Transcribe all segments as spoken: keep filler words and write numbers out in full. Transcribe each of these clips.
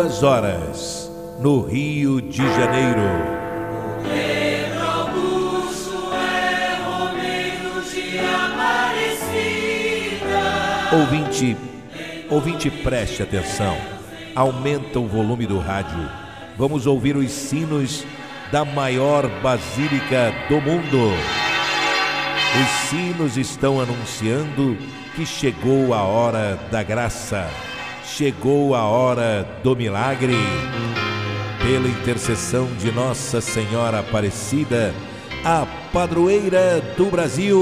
duas horas, no Rio de Janeiro. Pedro Augusto é Romeiro de Aparecida. Ouvinte, ouvinte, preste atenção. Aumenta o volume do rádio. Vamos ouvir os sinos da maior basílica do mundo. Os sinos estão anunciando que chegou a hora da graça, chegou a hora do milagre. Pela intercessão de Nossa Senhora Aparecida, a padroeira do Brasil.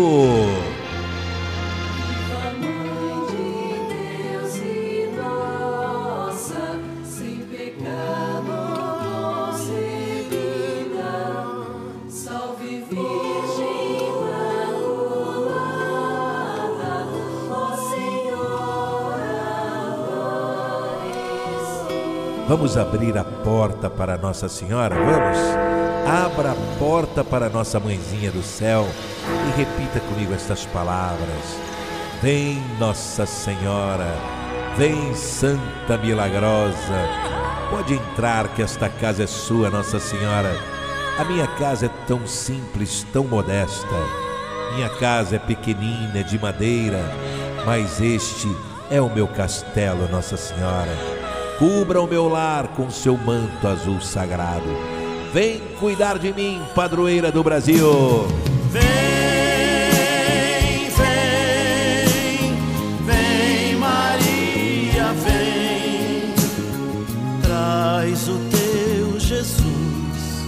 Vamos abrir a porta para Nossa Senhora, vamos? Abra a porta para Nossa Mãezinha do Céu e repita comigo estas palavras. Vem, Nossa Senhora, vem, Santa Milagrosa. Pode entrar que esta casa é sua, Nossa Senhora. A minha casa é tão simples, tão modesta. Minha casa é pequenina, de madeira, mas este é o meu castelo, Nossa Senhora. Cubra o meu lar com seu manto azul sagrado. Vem cuidar de mim, padroeira do Brasil. Vem, vem, vem, Maria, vem. Traz o teu Jesus.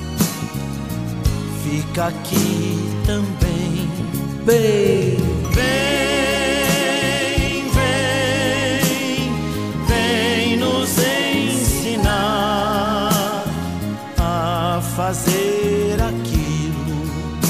Fica aqui também. Vem, vem. Fazer aquilo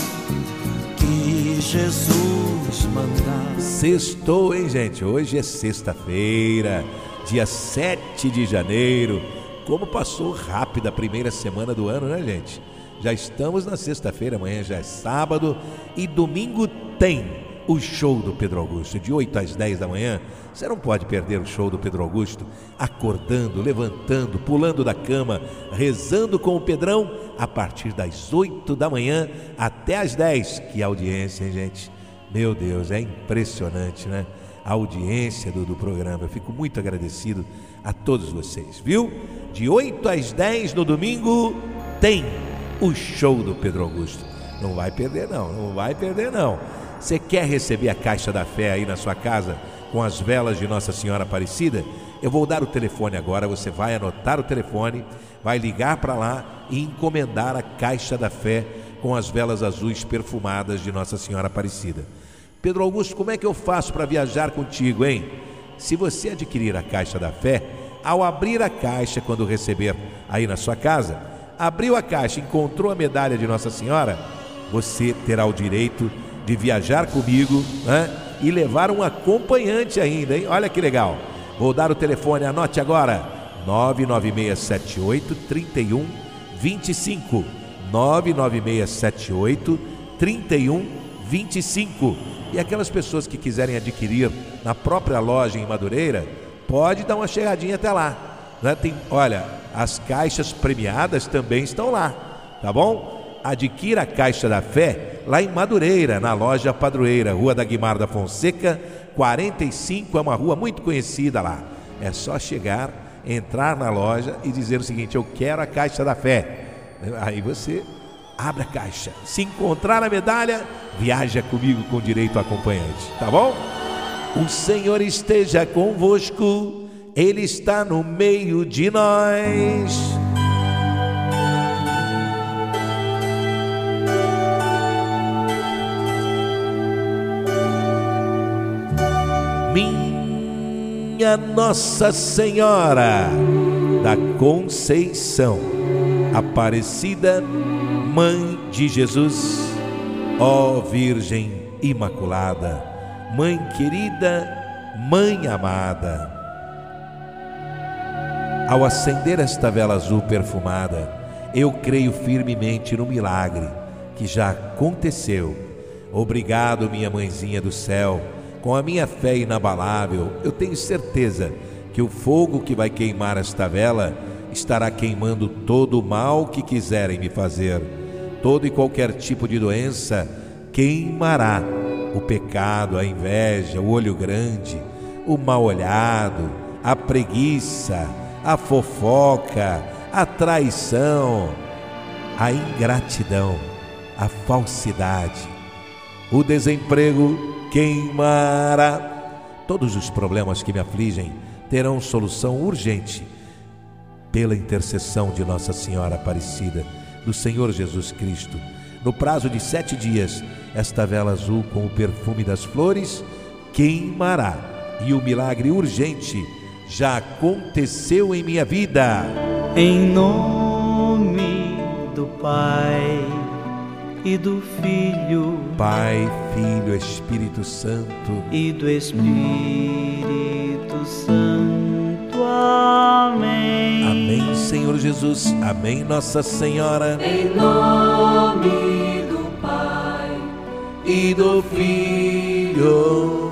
que Jesus mandar. Sextou, hein, gente? Hoje é sexta-feira, dia sete de janeiro. Como passou rápido a primeira semana do ano, né, gente? Já estamos na sexta-feira, amanhã já é sábado e domingo tem o show do Pedro Augusto, de oito às dez da manhã. Você não pode perder o show do Pedro Augusto, acordando, levantando, pulando da cama, rezando com o Pedrão, a partir das oito da manhã até às dez. Que audiência, hein, gente? Meu Deus, é impressionante, né? A audiência do, do programa. Eu fico muito agradecido a todos vocês, viu? De oito às dez no domingo tem o show do Pedro Augusto. Não vai perder não, não vai perder não. Você quer receber a Caixa da Fé aí na sua casa com as velas de Nossa Senhora Aparecida? Eu vou dar o telefone agora, você vai anotar o telefone, vai ligar para lá e encomendar a Caixa da Fé com as velas azuis perfumadas de Nossa Senhora Aparecida. Pedro Augusto, como é que eu faço para viajar contigo, hein? Se você adquirir a Caixa da Fé, ao abrir a caixa, quando receber aí na sua casa, abriu a caixa, encontrou a medalha de Nossa Senhora, você terá o direito de viajar comigo, né? E levar um acompanhante ainda, hein? Olha que legal. Vou dar o telefone, anote agora: nove nove seis sete oito, três um dois cinco. nove nove seis sete oito, três um dois cinco. E aquelas pessoas que quiserem adquirir na própria loja em Madureira, pode dar uma chegadinha até lá, né? Tem, olha, as caixas premiadas também estão lá, tá bom? Adquira a Caixa da Fé lá em Madureira, na loja Padroeira, Rua da Guimar da Fonseca, quarenta e cinco, é uma rua muito conhecida lá. É só chegar, entrar na loja e dizer o seguinte: eu quero a Caixa da Fé. Aí você abre a caixa. Se encontrar a medalha, viaja comigo com direito a acompanhante, tá bom? O Senhor esteja convosco, Ele está no meio de nós. Minha Nossa Senhora da Conceição Aparecida, Mãe de Jesus, ó Virgem Imaculada, Mãe querida, Mãe amada, ao acender esta vela azul perfumada, eu creio firmemente no milagre que já aconteceu. Obrigado, minha mãezinha do céu. Com a minha fé inabalável, eu tenho certeza que o fogo que vai queimar esta vela estará queimando todo o mal que quiserem me fazer. Todo e qualquer tipo de doença queimará. O pecado, a inveja, o olho grande, o mal olhado, a preguiça, a fofoca, a traição, a ingratidão, a falsidade, o desemprego queimará. Todos os problemas que me afligem terão solução urgente pela intercessão de Nossa Senhora Aparecida, do Senhor Jesus Cristo. No prazo de sete dias, esta vela azul com o perfume das flores queimará, e o milagre urgente já aconteceu em minha vida. Em nome do Pai e do Filho, Pai, Filho, Espírito Santo, e do Espírito Santo. Amém. Amém, Senhor Jesus. Amém, Nossa Senhora. Em nome do Pai E do Filho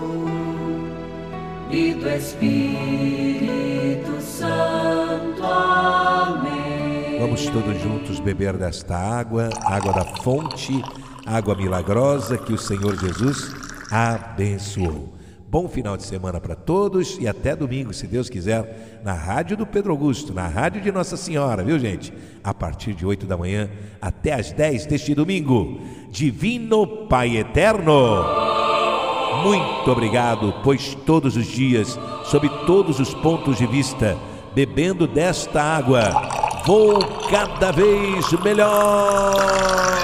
e do Espírito Santo. Amém. Vamos todos juntos beber desta água, água da fonte, água milagrosa que o Senhor Jesus abençoou. Bom final de semana para todos e até domingo, se Deus quiser, na Rádio do Pedro Augusto, na Rádio de Nossa Senhora, viu, gente? A partir de oito da manhã até às dez deste domingo. Divino Pai Eterno, muito obrigado, pois todos os dias, sob todos os pontos de vista, bebendo desta água, vou cada vez melhor.